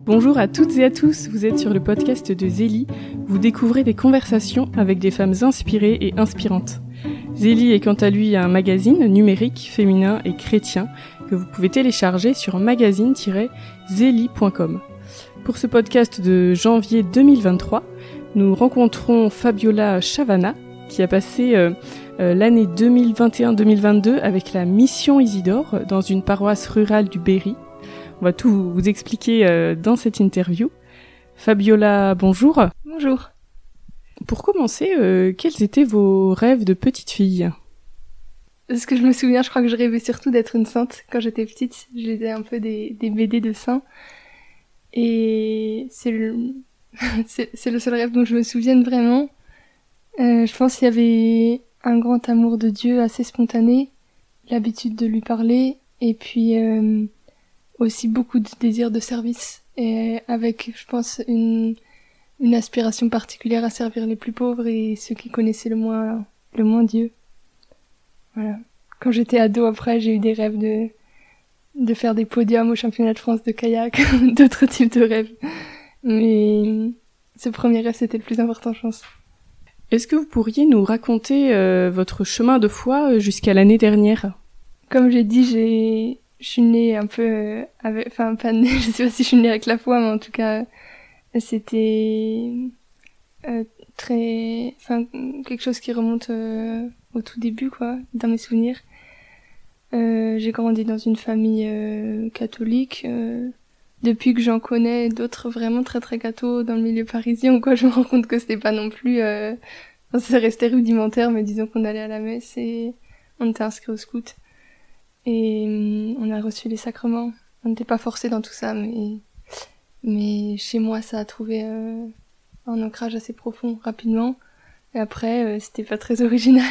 Bonjour à toutes et à tous, vous êtes sur le podcast de Zélie. Vous découvrez des conversations avec des femmes inspirées et inspirantes. Zélie est quant à lui un magazine numérique, féminin et chrétien que vous pouvez télécharger sur magazine-zélie.com. Pour ce podcast de janvier 2023, nous rencontrons Fabiola Chavana qui a passé l'année 2021-2022 avec la mission Isidore dans une paroisse rurale du Berry. On va tout vous expliquer dans cette interview. Fabiola, bonjour. Bonjour. Pour commencer, quels étaient vos rêves de petite fille ? Ce que je me souviens, je crois que je rêvais surtout d'être une sainte. Quand j'étais petite, je lisais un peu des BD de saints. Et c'est le seul rêve dont je me souvienne vraiment. Je pense qu'il y avait un grand amour de Dieu assez spontané, l'habitude de lui parler, et puis aussi beaucoup de désir de service, et avec, je pense, une aspiration particulière à servir les plus pauvres et ceux qui connaissaient le moins Dieu. Voilà. Quand j'étais ado, après, j'ai eu des rêves de faire des podiums au championnat de France de kayak, d'autres types de rêves. Mais ce premier rêve, c'était le plus important, je pense. Est-ce que vous pourriez nous raconter votre chemin de foi jusqu'à l'année dernière ? Comme j'ai dit, je suis née un peu pas née, je sais pas si je suis née avec la foi, mais en tout cas, c'était quelque chose qui remonte au tout début, quoi, dans mes souvenirs. J'ai grandi dans une famille catholique. Depuis que j'en connais d'autres vraiment très très cathos dans le milieu parisien, ou quoi, je me rends compte que c'était pas non plus... ça restait rudimentaire, mais disons qu'on allait à la messe et on était inscrits au scout. Et on a reçu les sacrements. On n'était pas forcés dans tout ça, mais chez moi, ça a trouvé un ancrage assez profond rapidement. Et après, c'était pas très original.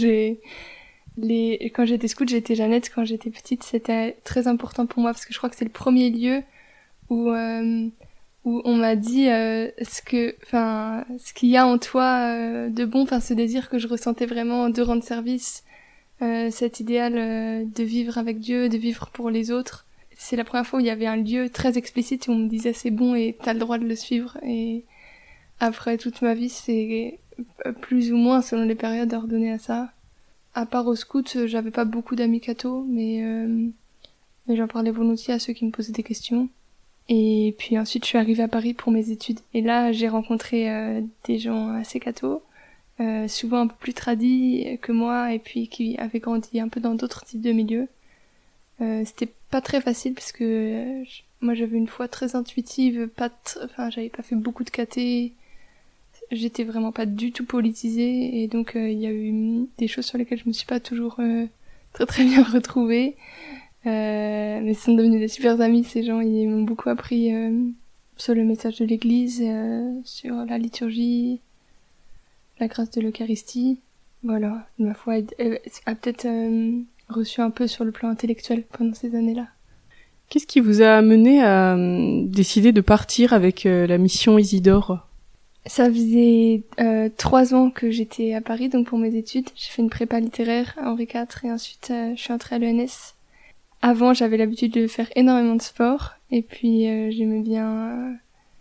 Quand j'étais scout, j'étais Jeannette. Quand j'étais petite, c'était très important pour moi parce que je crois que c'est le premier lieu où on m'a dit ce qu'il y a en toi de bon, enfin ce désir que je ressentais vraiment de rendre service, cet idéal de vivre avec Dieu, de vivre pour les autres. C'est la première fois où il y avait un lieu très explicite où on me disait c'est bon et t'as le droit de le suivre. Et après toute ma vie, c'est plus ou moins selon les périodes ordonné à ça. À part au scout, j'avais pas beaucoup d'amis cathos, mais j'en parlais volontiers à ceux qui me posaient des questions. Et puis ensuite, je suis arrivée à Paris pour mes études. Et là, j'ai rencontré des gens assez cathos, souvent un peu plus tradis que moi, et puis qui avaient grandi un peu dans d'autres types de milieux. C'était pas très facile parce que moi, j'avais une foi très intuitive, j'avais pas fait beaucoup de caté. J'étais vraiment pas du tout politisée, et donc il y a eu des choses sur lesquelles je me suis pas toujours très très bien retrouvée. Mais ce sont devenus des super amis, ces gens. Ils m'ont beaucoup appris sur le message de l'église, sur la liturgie, la grâce de l'Eucharistie. Voilà, ma foi a peut-être reçu un peu sur le plan intellectuel pendant ces années-là. Qu'est-ce qui vous a amené à décider de partir avec la mission Isidore ? Ça faisait 3 ans que j'étais à Paris, donc pour mes études. J'ai fait une prépa littéraire à Henri IV et ensuite je suis entrée à l'ENS. Avant, j'avais l'habitude de faire énormément de sport, et puis j'aimais bien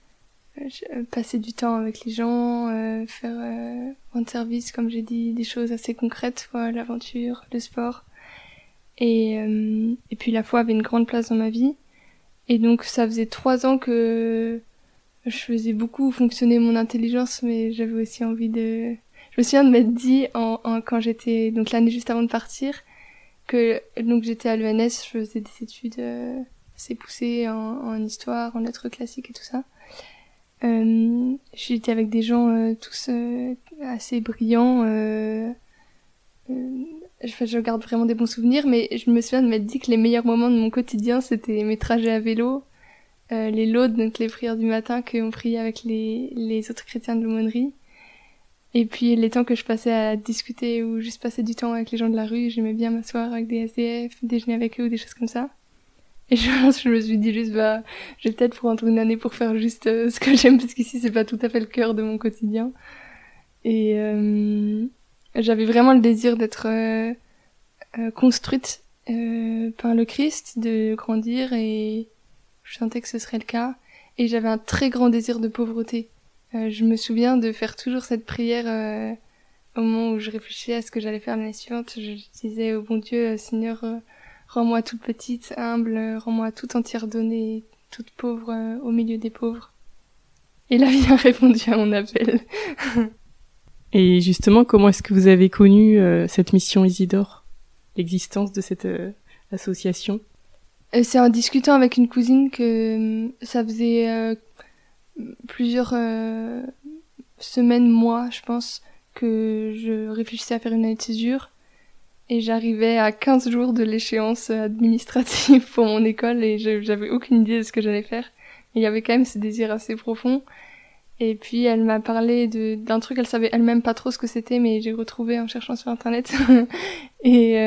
passer du temps avec les gens, faire rendre service, comme j'ai dit, des choses assez concrètes, quoi, l'aventure, le sport. Et puis la foi avait une grande place dans ma vie, et donc ça faisait 3 ans que je faisais beaucoup fonctionner mon intelligence, mais j'avais aussi envie de... Je me souviens de m'être dit, quand j'étais, donc l'année juste avant de partir, que donc j'étais à l'ENS, je faisais des études assez poussées en histoire, en lettres classiques et tout ça. J'étais avec des gens tous assez brillants. Je garde vraiment des bons souvenirs, mais je me souviens de m'être dit que les meilleurs moments de mon quotidien, c'était mes trajets à vélo, les laudes, donc les prières du matin qu'on priait avec les autres chrétiens de l'aumônerie. Et puis les temps que je passais à discuter ou juste passer du temps avec les gens de la rue, j'aimais bien m'asseoir avec des SDF, déjeuner avec eux ou des choses comme ça. Et je me suis dit juste, je vais peut-être prendre une année pour faire juste ce que j'aime, parce qu'ici c'est pas tout à fait le cœur de mon quotidien. Et j'avais vraiment le désir d'être construite par le Christ, de grandir, et je sentais que ce serait le cas. et j'avais un très grand désir de pauvreté. Je me souviens de faire toujours cette prière au moment où je réfléchissais à ce que j'allais faire l'année suivante. Je disais au bon Dieu, Seigneur, rends-moi toute petite, humble, rends-moi toute entière donnée, toute pauvre au milieu des pauvres. Et la vie a répondu à mon appel. Et justement, comment est-ce que vous avez connu cette mission Isidore, l'existence de cette association? C'est en discutant avec une cousine que ça faisait plusieurs semaines, mois, je pense, que je réfléchissais à faire une année de césure. Et j'arrivais à 15 jours de l'échéance administrative pour mon école et j'avais aucune idée de ce que j'allais faire. Mais il y avait quand même ce désir assez profond. Et puis elle m'a parlé d'un truc, elle savait elle-même pas trop ce que c'était, mais j'ai retrouvé en cherchant sur internet. et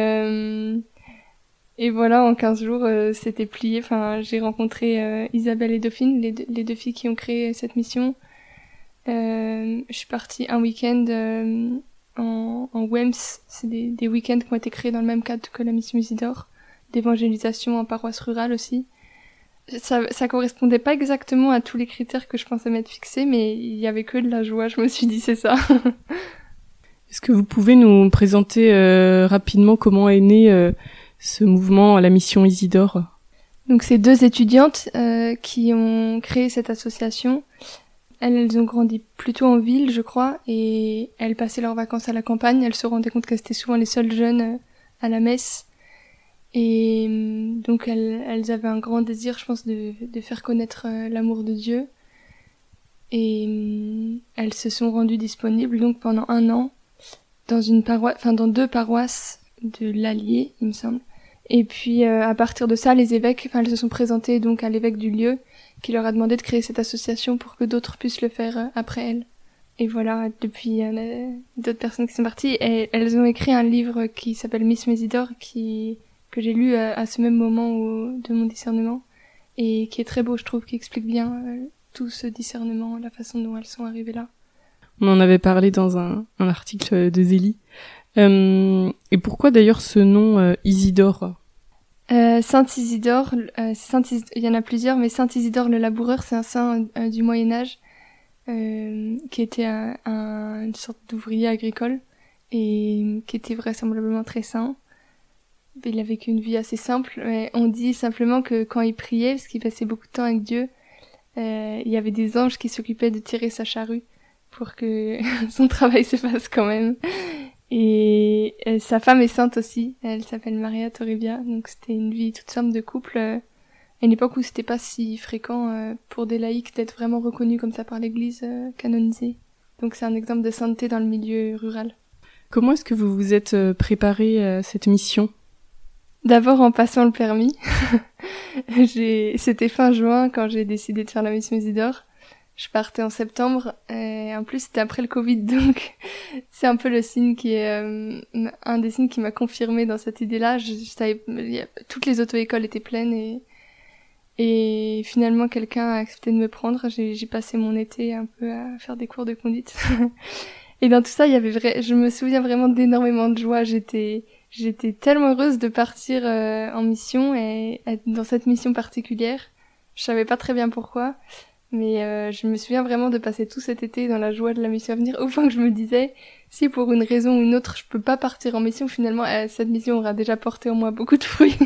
voilà, en 15 jours, c'était plié. Enfin, j'ai rencontré Isabelle et Dauphine, les deux filles qui ont créé cette mission. Je suis partie un week-end en WEMS. C'est des week-ends qui ont été créés dans le même cadre que la mission Isidore, d'évangélisation en paroisse rurale aussi. Ça correspondait pas exactement à tous les critères que je pensais m'être fixés, mais il y avait que de la joie, je me suis dit c'est ça. Est-ce que vous pouvez nous présenter rapidement comment est né ce mouvement à la mission Isidore? Donc c'est deux étudiantes qui ont créé cette association. Elles ont grandi plutôt en ville, je crois, et elles passaient leurs vacances à la campagne. Elles se rendaient compte qu'elles étaient souvent les seules jeunes à la messe. Et donc elles avaient un grand désir, je pense, de faire connaître l'amour de Dieu. Et elles se sont rendues disponibles donc pendant 1 an dans dans 2 paroisses de l'Allier, il me semble. Et puis à partir de ça, elles se sont présentées donc à l'évêque du lieu, qui leur a demandé de créer cette association pour que d'autres puissent le faire après elles. Et voilà, depuis d'autres personnes qui sont parties, et elles ont écrit un livre qui s'appelle Miss Isidore, que j'ai lu à ce même moment de mon discernement, et qui est très beau, je trouve, qui explique bien tout ce discernement, la façon dont elles sont arrivées là. On en avait parlé dans un article de Zélie. Et pourquoi d'ailleurs ce nom Isidore? Saint Isidore, il y en a plusieurs, mais Saint Isidore le laboureur, c'est un saint du Moyen-Âge qui était une sorte d'ouvrier agricole et qui était vraisemblablement très saint. Il a vécu une vie assez simple, mais on dit simplement que quand il priait, parce qu'il passait beaucoup de temps avec Dieu, il y avait des anges qui s'occupaient de tirer sa charrue pour que son travail se fasse quand même. Et sa femme est sainte aussi, elle s'appelle Maria Toribia, donc c'était une vie toute simple de couple, à une époque où c'était pas si fréquent pour des laïcs d'être vraiment reconnus comme ça par l'église canonisée. Donc c'est un exemple de sainteté dans le milieu rural. Comment est-ce que vous vous êtes préparé à cette mission? D'abord en passant le permis. C'était fin juin quand j'ai décidé de faire la mission Isidore. Je partais en septembre et en plus c'était après le Covid, donc c'est un peu le signe qui est un des signes qui m'a confirmé dans cette idée-là. Je savais, toutes les auto-écoles étaient pleines et finalement quelqu'un a accepté de me prendre. J'ai passé mon été un peu à faire des cours de conduite. Et dans tout ça, je me souviens vraiment d'énormément de joie. J'étais tellement heureuse de partir en mission et être dans cette mission particulière. Je savais pas très bien pourquoi. Mais je me souviens vraiment de passer tout cet été dans la joie de la mission à venir, au point que je me disais, si pour une raison ou une autre je peux pas partir en mission, finalement cette mission aura déjà porté en moi beaucoup de fruits.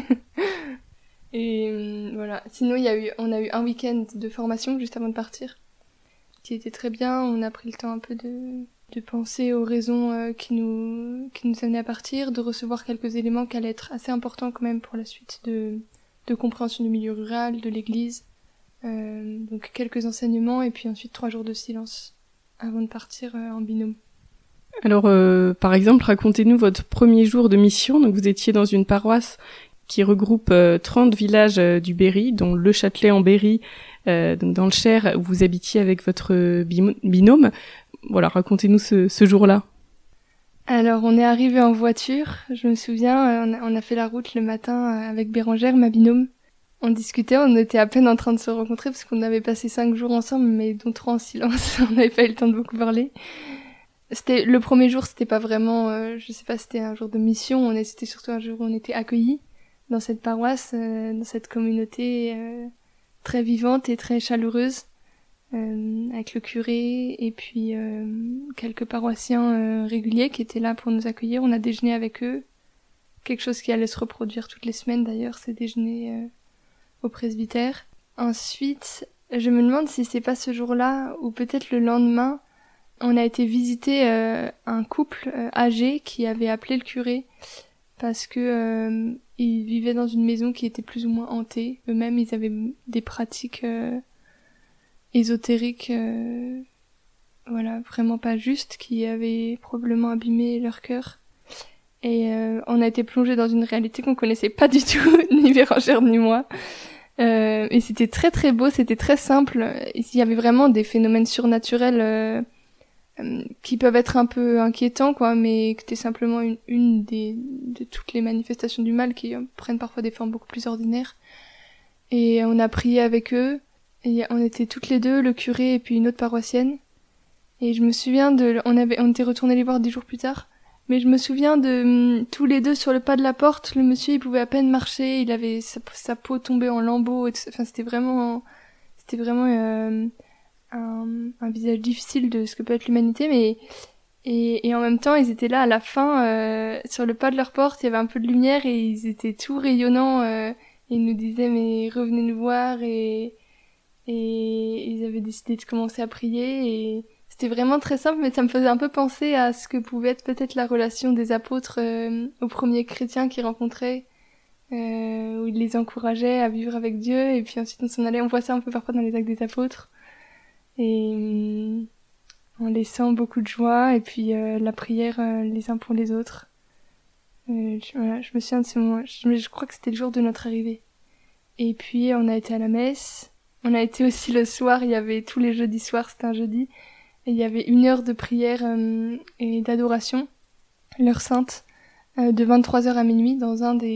Et voilà. Sinon on a eu un week-end de formation juste avant de partir, qui était très bien. On a pris le temps un peu de penser aux raisons qui nous amenaient à partir, de recevoir quelques éléments qui allaient être assez importants quand même pour la suite de compréhension du milieu rural, de l'église. Donc quelques enseignements et puis ensuite 3 jours de silence avant de partir en binôme. Alors par exemple, racontez-nous votre premier jour de mission. Donc vous étiez dans une paroisse qui regroupe 30 villages du Berry, dont Le Châtelet en Berry, donc dans le Cher, où vous habitiez avec votre binôme. Voilà, racontez-nous ce jour-là. Alors on est arrivé en voiture, je me souviens, on a fait la route le matin avec Bérangère, ma binôme. On discutait, on était à peine en train de se rencontrer parce qu'on avait passé 5 jours ensemble, mais dont 3 en silence. On n'avait pas eu le temps de beaucoup parler. Le premier jour, c'était pas vraiment, je sais pas, c'était un jour de mission. C'était surtout un jour où on était accueillis dans cette paroisse, dans cette communauté très vivante et très chaleureuse, avec le curé et puis quelques paroissiens réguliers qui étaient là pour nous accueillir. On a déjeuné avec eux, quelque chose qui allait se reproduire toutes les semaines d'ailleurs, c'est déjeuner au presbytère. Ensuite, je me demande si c'est pas ce jour-là ou peut-être le lendemain, on a été visiter un couple âgé qui avait appelé le curé parce que ils vivaient dans une maison qui était plus ou moins hantée. Eux-mêmes, ils avaient des pratiques ésotériques, voilà, vraiment pas justes, qui avaient probablement abîmé leur cœur. Et on a été plongés dans une réalité qu'on connaissait pas du tout, ni Bérangère ni moi. Et c'était très très beau, c'était très simple. Il y avait vraiment des phénomènes surnaturels qui peuvent être un peu inquiétants, quoi, mais que c'était simplement une de toutes les manifestations du mal qui prennent parfois des formes beaucoup plus ordinaires. Et on a prié avec eux. Et on était toutes les deux, le curé et puis une autre paroissienne. Et je me souviens on était retournés les voir 10 jours plus tard. Mais je me souviens de tous les deux sur le pas de la porte. Le monsieur, il pouvait à peine marcher. Il avait sa peau tombée en lambeaux. Enfin, c'était vraiment un visage difficile de ce que peut être l'humanité. Mais et en même temps, ils étaient là à la fin, sur le pas de leur porte. Il y avait un peu de lumière et ils étaient tout rayonnants. Ils nous disaient mais revenez nous voir et ils avaient décidé de commencer à prier et c'était vraiment très simple, mais ça me faisait un peu penser à ce que pouvait être peut-être la relation des apôtres aux premiers chrétiens qu'ils rencontraient, où ils les encourageaient à vivre avec Dieu, et puis ensuite on s'en allait. On voit ça un peu parfois dans les actes des apôtres, et en laissant beaucoup de joie, et puis la prière les uns pour les autres. Voilà, je me souviens de ce moment. Je crois que c'était le jour de notre arrivée. Et puis on a été à la messe. On a été aussi le soir. Il y avait tous les jeudis soirs, c'était un jeudi. Et il y avait 1 heure de prière et d'adoration, l'heure sainte, de 23h à minuit dans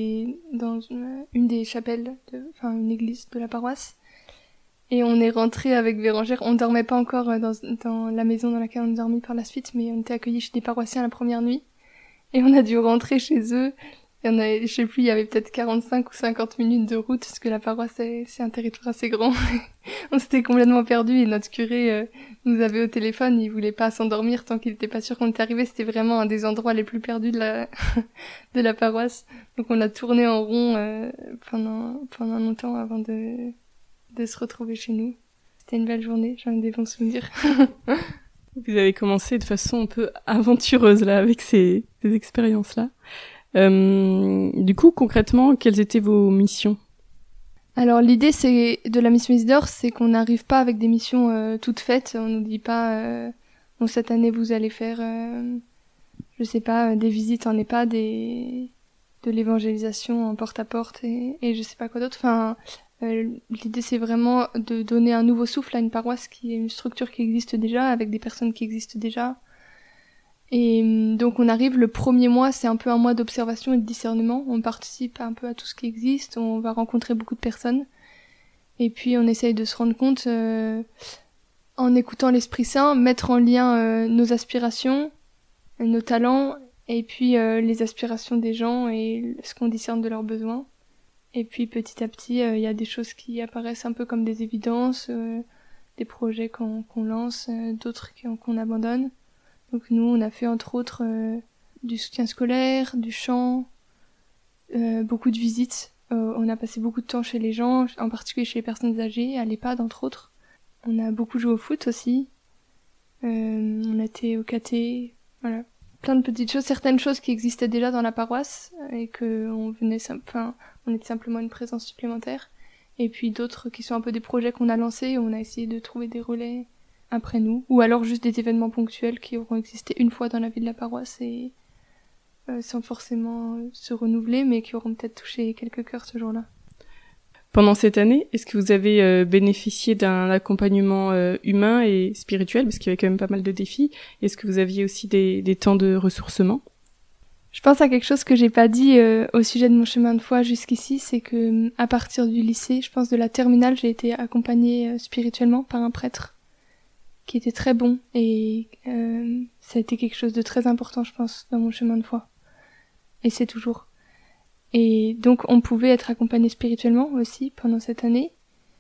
une des chapelles, une église de la paroisse. Et on est rentré avec Bérangère. On dormait pas encore dans la maison dans laquelle on a dormi par la suite, mais on était accueillis chez des paroissiens la première nuit. Et on a dû rentrer chez eux. Je sais plus, il y avait peut-être 45 ou 50 minutes de route, parce que la paroisse, c'est un territoire assez grand. On s'était complètement perdus et notre curé nous avait au téléphone, il voulait pas s'endormir tant qu'il était pas sûr qu'on était arrivé. C'était vraiment un des endroits les plus perdus de la paroisse. Donc on a tourné en rond pendant longtemps avant de se retrouver chez nous. C'était une belle journée, j'en ai des bons souvenirs. Vous avez commencé de façon un peu aventureuse là avec ces expériences-là. Du coup, concrètement, quelles étaient vos missions ? Alors l'idée de la mission Isidore, c'est qu'on n'arrive pas avec des missions toutes faites. On nous dit pas bon, cette année vous allez faire je sais pas des visites en EHPAD et de l'évangélisation en porte-à-porte et je sais pas quoi d'autre. Enfin l'idée c'est vraiment de donner un nouveau souffle à une paroisse qui est une structure qui existe déjà avec des personnes qui existent déjà. Et donc on arrive, le premier mois, c'est un peu un mois d'observation et de discernement. On participe un peu à tout ce qui existe, on va rencontrer beaucoup de personnes. Et puis on essaye de se rendre compte, en écoutant l'Esprit Saint, mettre en lien nos aspirations, nos talents, et puis les aspirations des gens et ce qu'on discerne de leurs besoins. Et puis petit à petit, il y a des choses qui apparaissent un peu comme des évidences, des projets qu'on lance, d'autres qu'on abandonne. Donc nous, on a fait entre autres du soutien scolaire, du chant, beaucoup de visites. On a passé beaucoup de temps chez les gens, en particulier chez les personnes âgées, à l'EHPAD entre autres. On a beaucoup joué au foot aussi. On a été au caté, voilà. Plein de petites choses, certaines choses qui existaient déjà dans la paroisse et que on était simplement une présence supplémentaire. Et puis d'autres qui sont un peu des projets qu'on a lancés, où on a essayé de trouver des relais après nous, ou alors juste des événements ponctuels qui auront existé une fois dans la vie de la paroisse et sans forcément se renouveler, mais qui auront peut-être touché quelques cœurs ce jour-là. Pendant cette année, est-ce que vous avez bénéficié d'un accompagnement humain et spirituel, parce qu'il y avait quand même pas mal de défis? Est-ce que vous aviez aussi des temps de ressourcement? Je pense à quelque chose que j'ai pas dit au sujet de mon chemin de foi jusqu'ici, c'est que à partir du lycée, je pense de la terminale, j'ai été accompagnée spirituellement par un prêtre qui était très bon et ça a été quelque chose de très important, je pense, dans mon chemin de foi. Et c'est toujours. Et donc on pouvait être accompagné spirituellement aussi pendant cette année.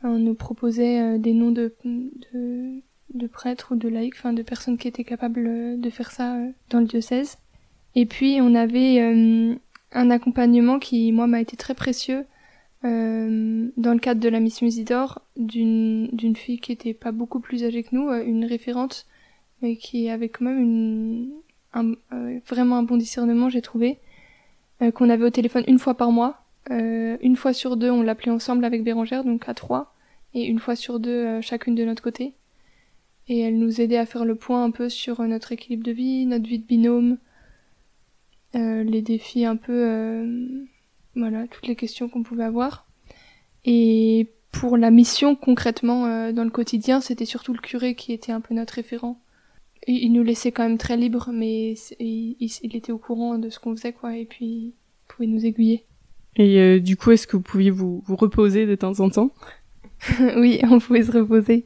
On nous proposait des noms de prêtres ou de laïcs, enfin de personnes qui étaient capables de faire ça dans le diocèse. Et puis on avait un accompagnement qui, moi, m'a été très précieux dans le cadre de la mission Isidore, d'une fille qui était pas beaucoup plus âgée que nous, une référente, mais qui avait quand même vraiment un bon discernement, j'ai trouvé, qu'on avait au téléphone une fois par mois. Une fois sur 2, on l'appelait ensemble avec Bérangère, donc à 3, et une fois sur 2, chacune de notre côté. Et elle nous aidait à faire le point un peu sur notre équilibre de vie, notre vie de binôme, les défis un peu, voilà, toutes les questions qu'on pouvait avoir. Et pour la mission, concrètement, dans le quotidien, c'était surtout le curé qui était un peu notre référent. Et il nous laissait quand même très libres, mais il était au courant de ce qu'on faisait, quoi, et puis il pouvait nous aiguiller. Et du coup, est-ce que vous pouviez vous reposer de temps en temps? Oui, on pouvait se reposer.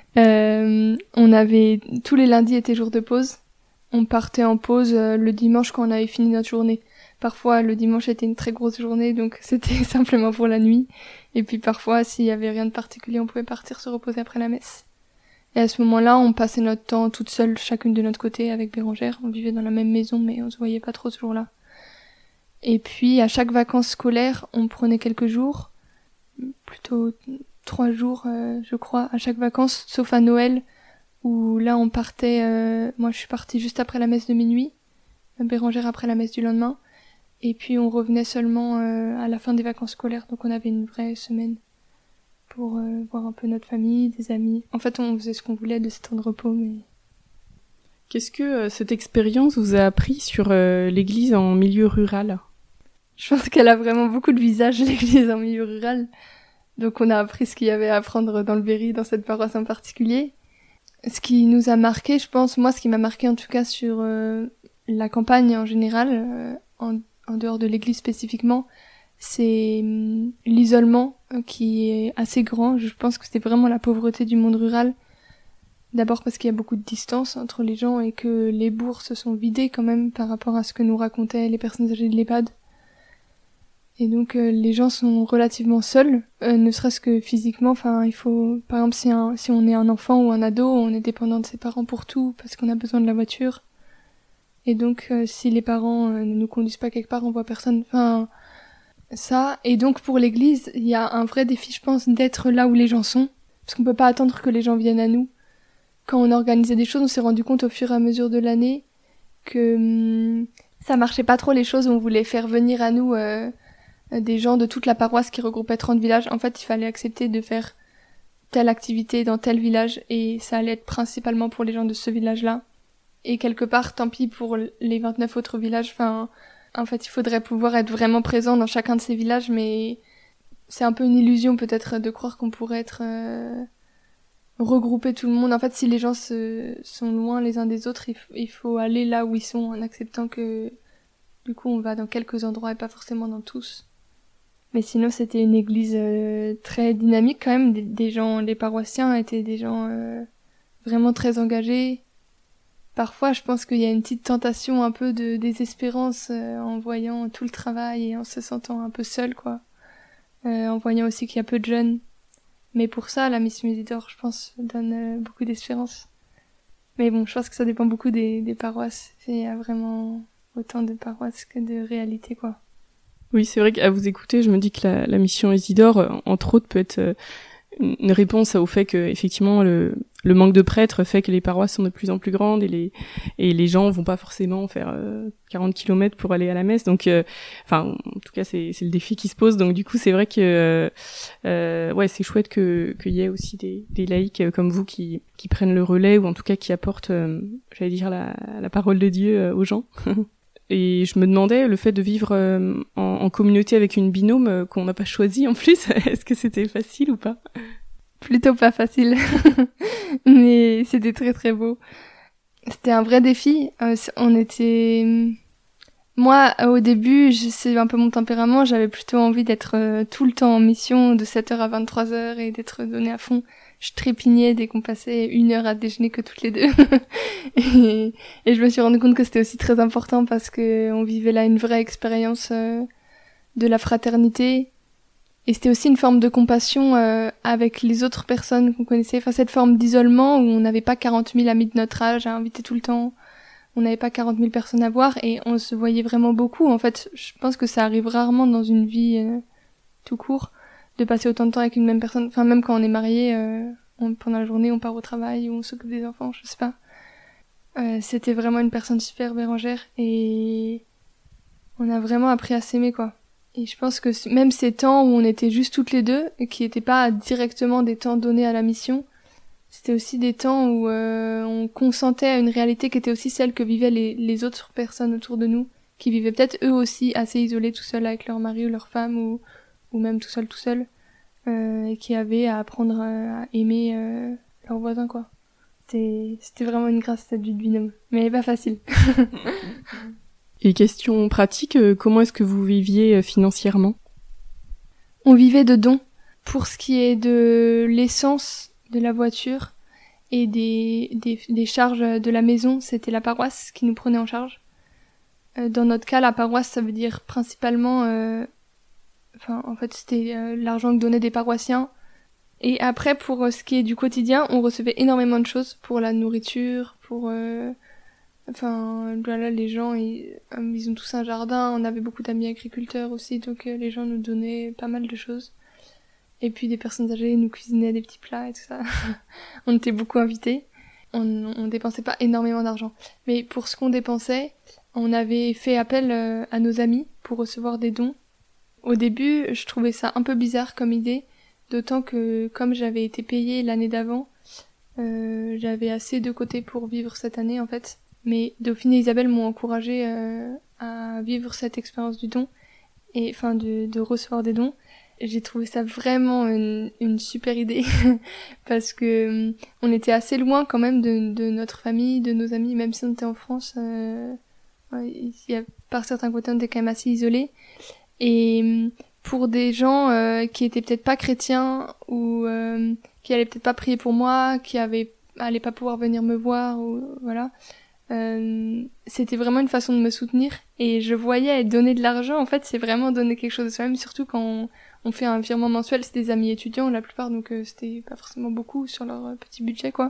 Tous les lundis étaient jours de pause. On partait en pause le dimanche quand on avait fini notre journée. Parfois, le dimanche était une très grosse journée, donc c'était simplement pour la nuit. Et puis parfois, s'il y avait rien de particulier, on pouvait partir se reposer après la messe. Et à ce moment-là, on passait notre temps toutes seules, chacune de notre côté, avec Bérangère. On vivait dans la même maison, mais on se voyait pas trop ce jour-là. Et puis, à chaque vacances scolaires, on prenait quelques jours, plutôt 3 jours, je crois, à chaque vacances, sauf à Noël, où là, on partait, moi je suis partie juste après la messe de minuit, Bérangère après la messe du lendemain, et puis on revenait seulement à la fin des vacances scolaires, donc on avait une vraie semaine pour voir un peu notre famille, des amis. En fait, on faisait ce qu'on voulait de ce temps de repos, mais... Qu'est-ce que cette expérience vous a appris sur l'église en milieu rural? Je pense qu'elle a vraiment beaucoup de visages, l'église en milieu rural. Donc on a appris ce qu'il y avait à apprendre dans le Berry, dans cette paroisse en particulier. Ce qui nous a marqué, je pense, moi ce qui m'a marqué en tout cas sur la campagne en général, en dehors de l'église spécifiquement, c'est l'isolement qui est assez grand. Je pense que c'était vraiment la pauvreté du monde rural. D'abord parce qu'il y a beaucoup de distance entre les gens et que les bourgs se sont vidés quand même par rapport à ce que nous racontaient les personnes âgées de l'EHPAD. Et donc les gens sont relativement seuls, ne serait-ce que physiquement. Enfin, il faut, par exemple, si on est un enfant ou un ado, on est dépendant de ses parents pour tout parce qu'on a besoin de la voiture. Et donc si les parents ne nous conduisent pas quelque part, on voit personne. Enfin, ça. Et donc pour l'église, il y a un vrai défi, je pense, d'être là où les gens sont, parce qu'on peut pas attendre que les gens viennent à nous. Quand on organisait des choses, on s'est rendu compte au fur et à mesure de l'année que ça marchait pas trop les choses où on voulait faire venir à nous des gens de toute la paroisse qui regroupait 30 villages. En fait, il fallait accepter de faire telle activité dans tel village et ça allait être principalement pour les gens de ce village-là. Et quelque part, tant pis pour les 29 autres villages. Enfin, en fait, il faudrait pouvoir être vraiment présent dans chacun de ces villages, mais c'est un peu une illusion peut-être de croire qu'on pourrait être regrouper tout le monde. En fait, si les gens sont loin les uns des autres, il faut aller là où ils sont en acceptant que du coup on va dans quelques endroits et pas forcément dans tous. Mais sinon, c'était une église très dynamique quand même. Des gens, les paroissiens étaient des gens vraiment très engagés. Parfois, je pense qu'il y a une petite tentation un peu de désespérance en voyant tout le travail et en se sentant un peu seul, quoi. En voyant aussi qu'il y a peu de jeunes. Mais pour ça, la mission Isidore, je pense, donne beaucoup d'espérance. Mais bon, je pense que ça dépend beaucoup des paroisses. Il y a vraiment autant de paroisses que de réalités, quoi. Oui, c'est vrai qu'à vous écouter, je me dis que la mission Isidore, entre autres, peut être une réponse au fait que effectivement le manque de prêtres fait que les paroisses sont de plus en plus grandes et les gens vont pas forcément faire 40 kilomètres pour aller à la messe. Donc enfin en tout cas c'est le défi qui se pose. Donc du coup, c'est vrai que ouais, c'est chouette qu'il y ait aussi des laïcs comme vous qui prennent le relais ou en tout cas qui apportent j'allais dire la parole de Dieu aux gens. Et je me demandais, le fait de vivre en communauté avec une binôme qu'on n'a pas choisie en plus, est-ce que c'était facile ou pas? Plutôt pas facile, mais c'était très très beau. C'était un vrai défi. Moi, au début, c'est un peu mon tempérament, j'avais plutôt envie d'être tout le temps en mission, de 7h à 23h et d'être donnée à fond. Je trépignais dès qu'on passait 1 heure à déjeuner que toutes les deux. et je me suis rendu compte que c'était aussi très important parce que on vivait là une vraie expérience de la fraternité Et c'était aussi une forme de compassion avec les autres personnes qu'on connaissait. Enfin, cette forme d'isolement où on n'avait pas 40 000 amis de notre âge à inviter tout le temps. On n'avait pas 40 000 personnes à voir et on se voyait vraiment beaucoup. En fait, je pense que ça arrive rarement dans une vie tout court de passer autant de temps avec une même personne. Enfin, même quand on est marié, pendant la journée, on part au travail ou on s'occupe des enfants, je sais pas. C'était vraiment une personne super bérengère et on a vraiment appris à s'aimer, quoi. Et je pense que même ces temps où on était juste toutes les deux, et qui n'étaient pas directement des temps donnés à la mission, c'était aussi des temps où on consentait à une réalité qui était aussi celle que vivaient les autres personnes autour de nous, qui vivaient peut-être eux aussi assez isolés, tout seuls avec leur mari ou leur femme, ou même tout seul, et qui avaient à apprendre à aimer leurs voisins, quoi. C'était vraiment une grâce cette vie de binôme, mais pas facile. Et question pratique, comment est-ce que vous viviez financièrement ? On vivait de dons. Pour ce qui est de l'essence de la voiture et des charges de la maison, c'était la paroisse qui nous prenait en charge. Dans notre cas, la paroisse, ça veut dire principalement... en fait, c'était l'argent que donnaient des paroissiens. Et après, pour ce qui est du quotidien, on recevait énormément de choses pour la nourriture, pour... voilà, les gens, ils ont tous un jardin, on avait beaucoup d'amis agriculteurs aussi, donc les gens nous donnaient pas mal de choses. Et puis des personnes âgées nous cuisinaient des petits plats et tout ça. On était beaucoup invités. On dépensait pas énormément d'argent. Mais pour ce qu'on dépensait, on avait fait appel à nos amis pour recevoir des dons. Au début, je trouvais ça un peu bizarre comme idée, d'autant que comme j'avais été payée l'année d'avant, j'avais assez de côté pour vivre cette année en fait. Mais Dauphine et Isabelle m'ont encouragée à vivre cette expérience du don, et enfin de recevoir des dons. J'ai trouvé ça vraiment une super idée parce que on était assez loin quand même de notre famille, de nos amis, même si on était en France. Par certains côtés, on était quand même assez isolés. Et pour des gens qui étaient peut-être pas chrétiens ou qui allaient peut-être pas prier pour moi, qui allaient pas pouvoir venir me voir, ou voilà. C'était vraiment une façon de me soutenir et je voyais donner de l'argent, en fait c'est vraiment donner quelque chose de soi-même, surtout quand on fait un virement mensuel. C'est des amis étudiants la plupart, donc c'était pas forcément beaucoup sur leur petit budget, quoi.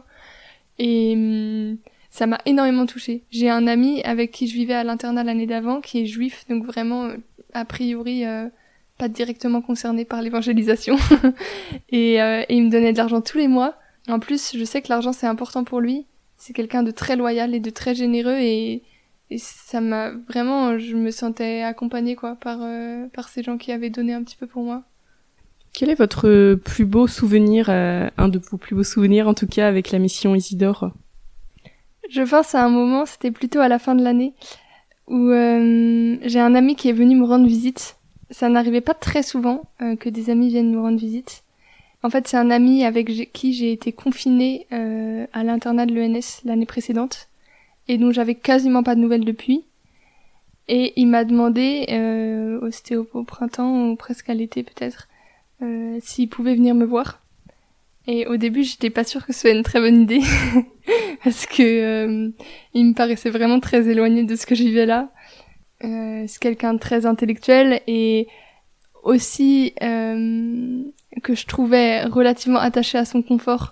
Et ça m'a énormément touchée. J'ai un ami avec qui je vivais à l'internat l'année d'avant qui est juif, donc vraiment a priori pas directement concerné par l'évangélisation. Et il me donnait de l'argent tous les mois. En plus, je sais que l'argent c'est important pour lui. C'est quelqu'un de très loyal et de très généreux et ça m'a vraiment, je me sentais accompagnée, quoi, par ces gens qui avaient donné un petit peu pour moi. Quel est votre plus beau souvenir, un de vos plus beaux souvenirs en tout cas avec la mission Isidore ? Je pense à un moment, c'était plutôt à la fin de l'année, où j'ai un ami qui est venu me rendre visite. Ça n'arrivait pas très souvent que des amis viennent nous rendre visite. En fait, c'est un ami avec qui j'ai été confinée à l'internat de l'ENS l'année précédente et dont j'avais quasiment pas de nouvelles depuis. Et il m'a demandé, c'était au printemps ou presque à l'été peut-être, s'il pouvait venir me voir. Et au début, j'étais pas sûre que ce soit une très bonne idée parce que il me paraissait vraiment très éloigné de ce que je vivais là. C'est quelqu'un de très intellectuel et aussi que je trouvais relativement attaché à son confort.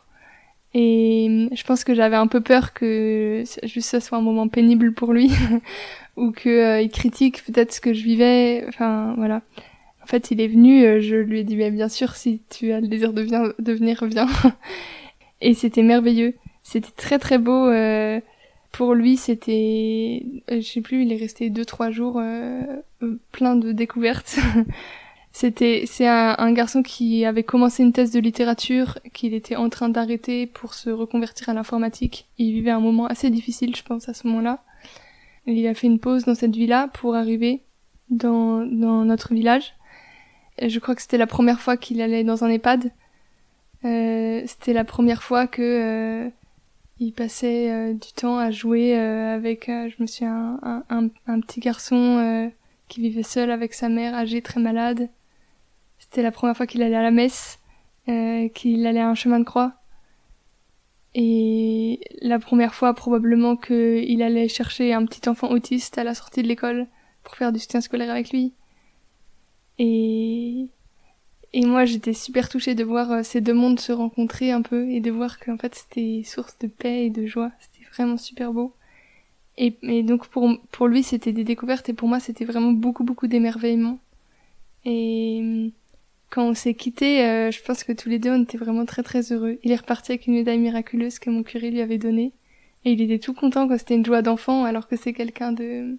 Et je pense que j'avais un peu peur que juste ça soit un moment pénible pour lui ou que il critique peut-être ce que je vivais. Enfin voilà. En fait, il est venu, je lui ai dit mais bien sûr, si tu as le désir de venir, viens. Et c'était merveilleux. C'était très très beau. Pour lui, c'était, je sais plus, il est resté 2-3 jours plein de découvertes. C'est un garçon qui avait commencé une thèse de littérature, qu'il était en train d'arrêter pour se reconvertir à l'informatique. Il vivait un moment assez difficile, je pense, à ce moment-là. Il a fait une pause dans cette vie-là pour arriver dans notre village. Et je crois que c'était la première fois qu'il allait dans un EHPAD. C'était la première fois que il passait du temps à jouer avec, je me souviens, un petit garçon qui vivait seul avec sa mère âgée, très malade. C'était la première fois qu'il allait à la messe, qu'il allait à un chemin de croix. Et la première fois probablement qu'il allait chercher un petit enfant autiste à la sortie de l'école pour faire du soutien scolaire avec lui. Et Et moi, j'étais super touchée de voir ces deux mondes se rencontrer un peu et de voir qu'en fait, c'était source de paix et de joie. C'était vraiment super beau. Et donc, pour lui, c'était des découvertes et pour moi, c'était vraiment beaucoup, beaucoup d'émerveillement. Et quand on s'est quittés, je pense que tous les deux, on était vraiment très, très heureux. Il est reparti avec une médaille miraculeuse que mon curé lui avait donnée. Et il était tout content quand c'était une joie d'enfant, alors que c'est quelqu'un de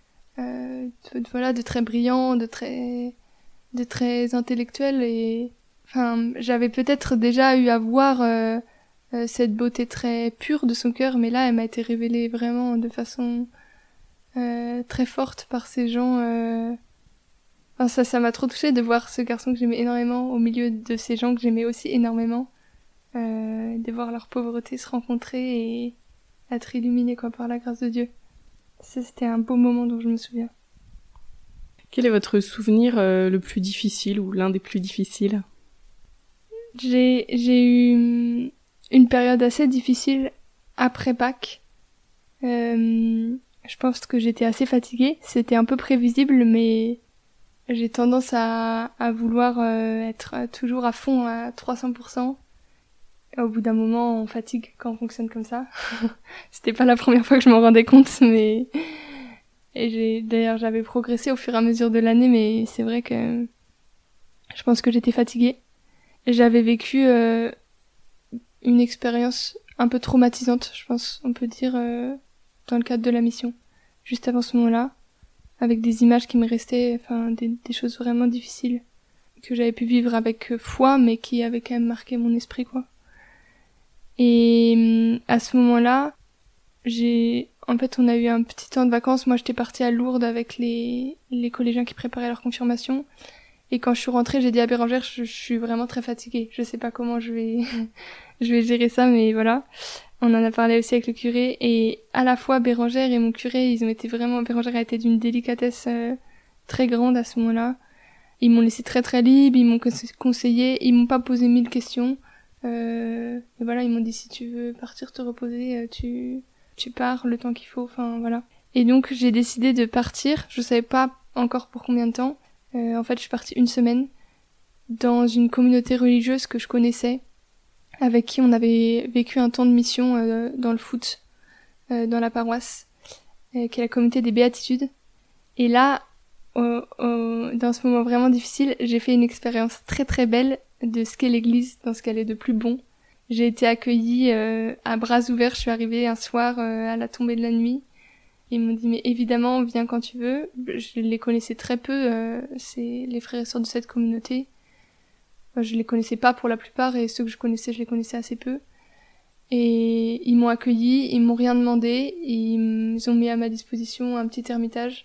très brillant, de très intellectuel. Et enfin, j'avais peut-être déjà eu à voir cette beauté très pure de son cœur, mais là, elle m'a été révélée vraiment de façon très forte par ces gens. Enfin, ça m'a trop touchée de voir ce garçon que j'aimais énormément au milieu de ces gens que j'aimais aussi énormément, de voir leur pauvreté se rencontrer et être illuminée par la grâce de Dieu. Ça, c'était un beau moment dont je me souviens. Quel est votre souvenir le plus difficile ou l'un des plus difficiles ? J'ai eu une période assez difficile après Pâques. Je pense que j'étais assez fatiguée. C'était un peu prévisible, mais j'ai tendance à vouloir être toujours à fond à 300%. Au bout d'un moment, on fatigue quand on fonctionne comme ça. C'était pas la première fois que je m'en rendais compte, mais d'ailleurs, j'avais progressé au fur et à mesure de l'année, mais c'est vrai que je pense que j'étais fatiguée. J'avais vécu une expérience un peu traumatisante, je pense, on peut dire, dans le cadre de la mission. Juste avant ce moment-là, avec des images qui me restaient, enfin, des choses vraiment difficiles que j'avais pu vivre avec foi, mais qui avaient quand même marqué mon esprit, quoi. Et à ce moment-là, en fait, on a eu un petit temps de vacances. Moi, j'étais partie à Lourdes avec les collégiens qui préparaient leur confirmation. Et quand je suis rentrée, j'ai dit à Bérangère, je suis vraiment très fatiguée. Je sais pas comment je vais gérer ça, mais voilà. On en a parlé aussi avec le curé. Et à la fois, Bérangère et mon curé, Bérangère a été d'une délicatesse très grande à ce moment-là. Ils m'ont laissé très très libre, ils m'ont conseillé, ils m'ont pas posé 1000 questions. Et voilà, ils m'ont dit si tu veux partir te reposer, tu pars le temps qu'il faut, enfin voilà. Et donc j'ai décidé de partir, je savais pas encore pour combien de temps. En fait, je suis partie 1 semaine dans une communauté religieuse que je connaissais, avec qui on avait vécu un temps de mission dans le foot, dans la paroisse, qui est la communauté des Béatitudes. Et là, dans ce moment vraiment difficile, j'ai fait une expérience très très belle de ce qu'est l'église, dans ce qu'elle est de plus bon. J'ai été accueillie à bras ouverts. Je suis arrivée un soir à la tombée de la nuit. Ils m'ont dit mais évidemment viens quand tu veux. Je les connaissais très peu, c'est les frères et sœurs de cette communauté. Je les connaissais pas pour la plupart et ceux que je les connaissais assez peu. Et ils m'ont accueillie, ils m'ont rien demandé, ils ont mis à ma disposition un petit ermitage.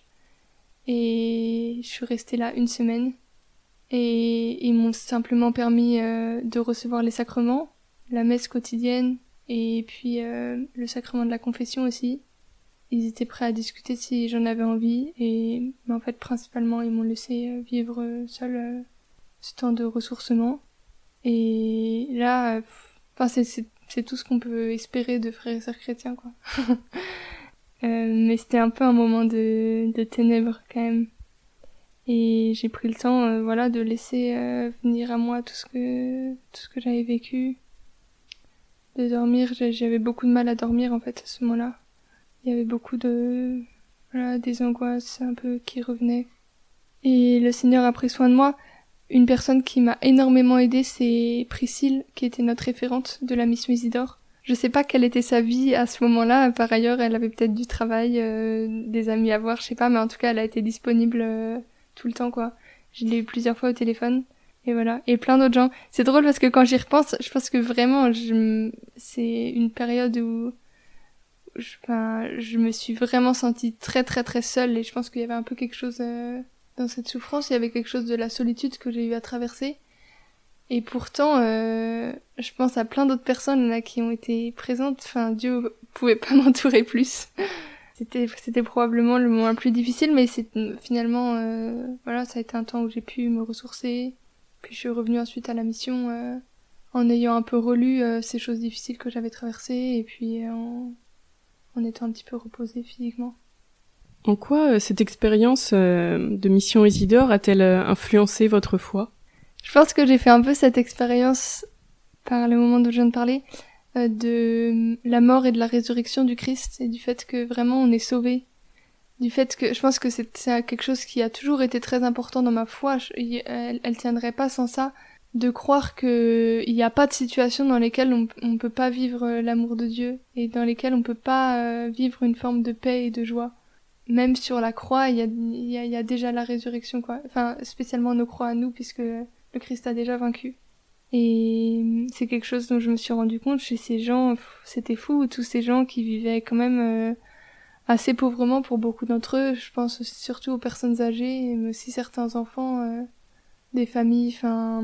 Et je suis restée là 1 semaine. Et ils m'ont simplement permis de recevoir les sacrements, la messe quotidienne et puis le sacrement de la confession aussi. Ils étaient prêts à discuter si j'en avais envie mais en fait principalement ils m'ont laissé vivre seule ce temps de ressourcement. Et là, c'est tout ce qu'on peut espérer de frères et sœurs chrétiens, quoi. Mais c'était un peu un moment de ténèbres quand même. Et j'ai pris le temps, de laisser venir à moi tout ce que j'avais vécu, de dormir. J'avais beaucoup de mal à dormir en fait à ce moment-là. Il y avait beaucoup des angoisses un peu qui revenaient. Et le Seigneur a pris soin de moi. Une personne qui m'a énormément aidée, c'est Priscille, qui était notre référente de la mission Isidore. Je sais pas quelle était sa vie à ce moment-là. Par ailleurs, elle avait peut-être du travail, des amis à voir, je sais pas, mais en tout cas, elle a été disponible tout le temps, quoi. Je l'ai eu plusieurs fois au téléphone. Et voilà. Et plein d'autres gens. C'est drôle parce que quand j'y repense, je pense que vraiment, c'est une période où je me suis vraiment sentie très très très seule et je pense qu'il y avait un peu quelque chose dans cette souffrance, il y avait quelque chose de la solitude que j'ai eu à traverser. Et pourtant, je pense à plein d'autres personnes là qui ont été présentes. Enfin, Dieu pouvait pas m'entourer plus. C'était probablement le moment le plus difficile, mais finalement, ça a été un temps où j'ai pu me ressourcer. Puis je suis revenue ensuite à la mission en ayant un peu relu ces choses difficiles que j'avais traversées et puis en étant un petit peu reposée physiquement. En quoi cette expérience de mission Isidore a-t-elle influencé votre foi ? Je pense que j'ai fait un peu cette expérience par le moment dont je viens de parler, de la mort et de la résurrection du Christ et du fait que vraiment on est sauvé. Du fait que je pense que c'est quelque chose qui a toujours été très important dans ma foi. Elle tiendrait pas sans ça. De croire que il n'y a pas de situation dans lesquelles on peut pas vivre l'amour de Dieu et dans lesquelles on peut pas vivre une forme de paix et de joie. Même sur la croix, il y a déjà la résurrection, quoi. Enfin, spécialement nos croix à nous, puisque le Christ a déjà vaincu. Et c'est quelque chose dont je me suis rendu compte chez ces gens. C'était fou, tous ces gens qui vivaient quand même assez pauvrement pour beaucoup d'entre eux. Je pense surtout aux personnes âgées, mais aussi certains enfants, des familles, enfin...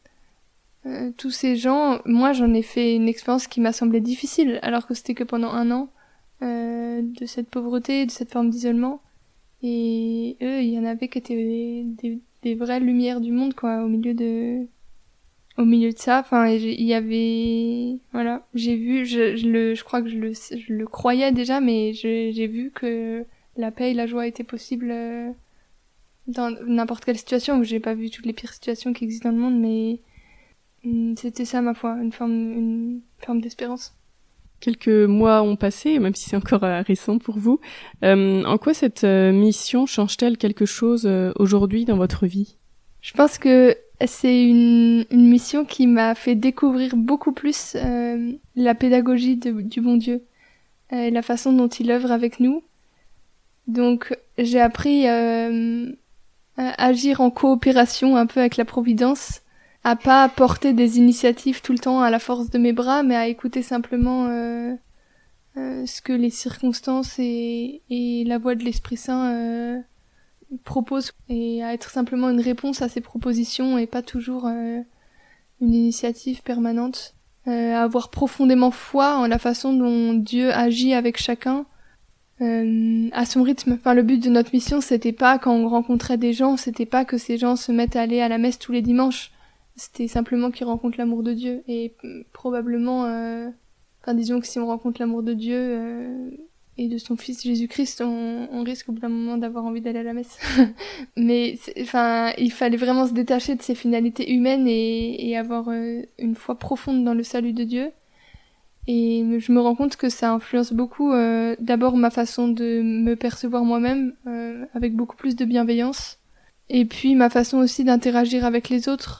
tous ces gens, moi j'en ai fait une expérience qui m'a semblé difficile, alors que c'était que pendant 1 an, de cette pauvreté, de cette forme d'isolement. Et eux, il y en avait qui étaient des vraies lumières du monde, quoi, au milieu de ça. Enfin, il y avait, voilà, j'ai vu, je crois que je le croyais déjà, mais j'ai vu que la paix et la joie étaient possibles dans n'importe quelle situation. J'ai pas vu toutes les pires situations qui existent dans le monde, mais c'était ça, ma foi, une forme d'espérance. Quelques mois ont passé, même si c'est encore récent pour vous. En quoi cette mission change-t-elle quelque chose aujourd'hui dans votre vie ? Je pense que c'est une mission qui m'a fait découvrir beaucoup plus la pédagogie du bon Dieu, la façon dont il œuvre avec nous. Donc j'ai appris à agir en coopération un peu avec la Providence, à pas porter des initiatives tout le temps à la force de mes bras, mais à écouter simplement ce que les circonstances et la voix de l'Esprit Saint proposent, et à être simplement une réponse à ces propositions et pas toujours une initiative permanente. À avoir profondément foi en la façon dont Dieu agit avec chacun, à son rythme. Enfin, le but de notre mission, c'était pas quand on rencontrait des gens, c'était pas que ces gens se mettent à aller à la messe tous les dimanches. C'était simplement qu'ils rencontrent l'amour de Dieu. Et probablement, enfin disons que si on rencontre l'amour de Dieu et de son Fils Jésus-Christ, on risque au bout d'un moment d'avoir envie d'aller à la messe. Mais enfin, il fallait vraiment se détacher de ces finalités humaines et avoir une foi profonde dans le salut de Dieu. Et je me rends compte que ça influence beaucoup d'abord ma façon de me percevoir moi-même avec beaucoup plus de bienveillance. Et puis ma façon aussi d'interagir avec les autres.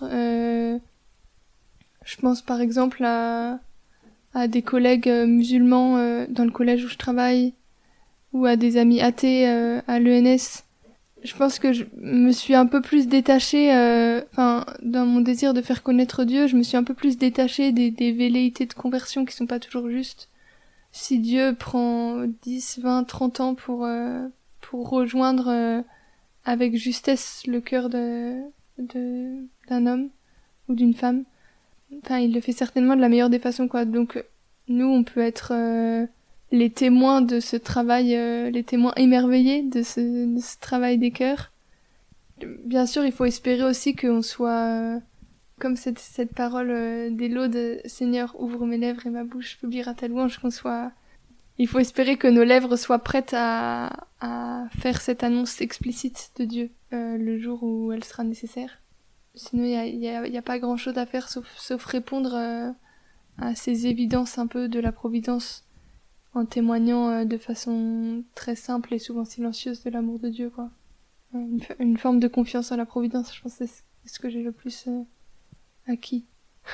Je pense par exemple à des collègues musulmans dans le collège où je travaille, ou à des amis athées à l'ENS. Je pense que je me suis un peu plus détachée, dans mon désir de faire connaître Dieu, je me suis un peu plus détachée des velléités de conversion qui sont pas toujours justes. Si Dieu prend 10, 20, 30 ans pour rejoindre avec justesse le cœur d'un homme ou d'une femme, enfin, il le fait certainement de la meilleure des façons, quoi. Donc, nous, on peut être les témoins de ce travail, les témoins émerveillés de ce travail des cœurs. Bien sûr, il faut espérer aussi qu'on soit, comme cette parole des laudes, Seigneur, ouvre mes lèvres et ma bouche publiera ta louange, il faut espérer que nos lèvres soient prêtes à faire cette annonce explicite de Dieu le jour où elle sera nécessaire. Sinon, il y a pas grand chose à faire sauf répondre à ces évidences un peu de la Providence, en témoignant de façon très simple et souvent silencieuse de l'amour de Dieu, quoi. Une forme de confiance en la Providence, je pense que c'est ce que j'ai le plus acquis.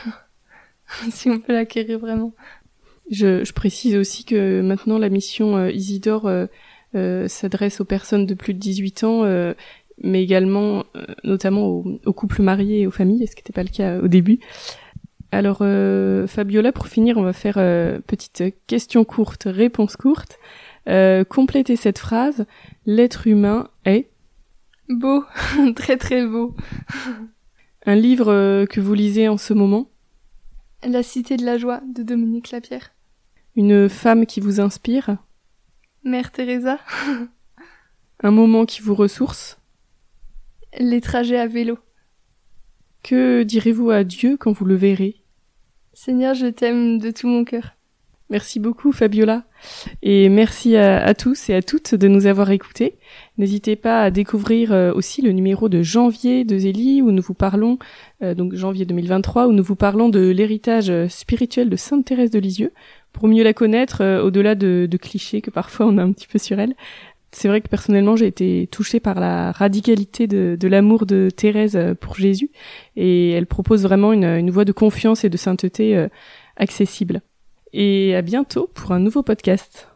Si on peut l'acquérir vraiment. Je précise aussi que maintenant la mission Isidore s'adresse aux personnes de plus de 18 ans, mais également notamment aux couples mariés et aux familles, ce qui n'était pas le cas au début. Alors Fabiola, pour finir, on va faire petite question courte, réponse courte. Complétez cette phrase. L'être humain est beau, très très beau. Un livre que vous lisez en ce moment? La Cité de la joie de Dominique Lapierre. Une femme qui vous inspire? Mère Teresa. Un moment qui vous ressource? Les trajets à vélo. Que direz-vous à Dieu quand vous le verrez? Seigneur, je t'aime de tout mon cœur. Merci beaucoup Fabiola. Et merci à tous et à toutes de nous avoir écoutés. N'hésitez pas à découvrir aussi le numéro de janvier de Zélie où nous vous parlons, donc janvier 2023, où nous vous parlons de l'héritage spirituel de Sainte Thérèse de Lisieux. Pour mieux la connaître, au-delà de clichés que parfois on a un petit peu sur elle. C'est vrai que personnellement j'ai été touchée par la radicalité de l'amour de Thérèse pour Jésus, et elle propose vraiment une voie de confiance et de sainteté accessible. Et à bientôt pour un nouveau podcast.